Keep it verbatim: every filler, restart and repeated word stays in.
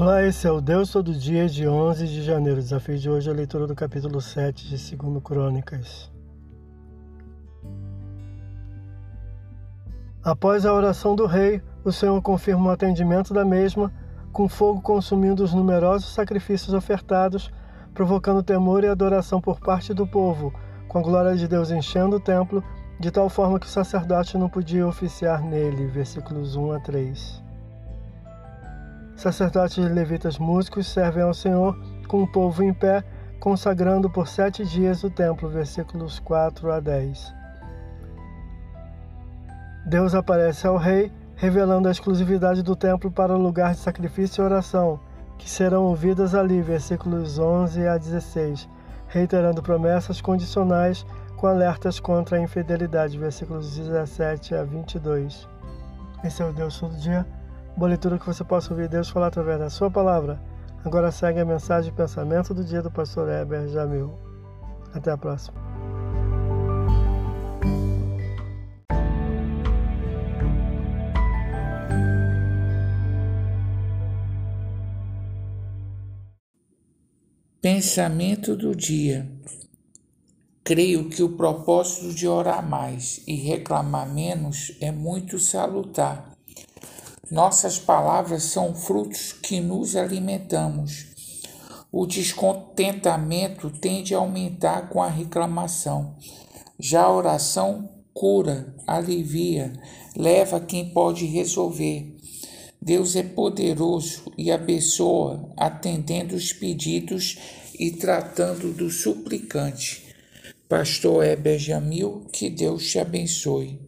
Olá, esse é o Deus Todo Dia de onze de janeiro. O desafio de hoje é a leitura do capítulo sete de Segundo Crônicas. Após a oração do rei, o Senhor confirma o atendimento da mesma, com fogo consumindo os numerosos sacrifícios ofertados, provocando temor e adoração por parte do povo, com a glória de Deus enchendo o templo, de tal forma que o sacerdote não podia oficiar nele. Versículos um a três. Sacerdotes e levitas músicos servem ao Senhor com o povo em pé, consagrando por sete dias o templo. Versículos quatro a dez. Deus aparece ao rei, revelando a exclusividade do templo para o lugar de sacrifício e oração, que serão ouvidas ali. Versículos onze a dezesseis, reiterando promessas condicionais com alertas contra a infidelidade. Versículos dezessete a vinte e dois. Esse é o Deus Todo Dia. Boa leitura, que você possa ouvir Deus falar através da sua palavra. Agora segue a mensagem e pensamento do dia do pastor Heber Jamil. Até a próxima. Pensamento do dia. Creio que o propósito de orar mais e reclamar menos é muito salutar. Nossas palavras são frutos que nos alimentamos. O descontentamento tende a aumentar com a reclamação. Já a oração cura, alivia, leva quem pode resolver. Deus é poderoso e abençoa, atendendo os pedidos e tratando do suplicante. Pastor Heber Jamil, que Deus te abençoe.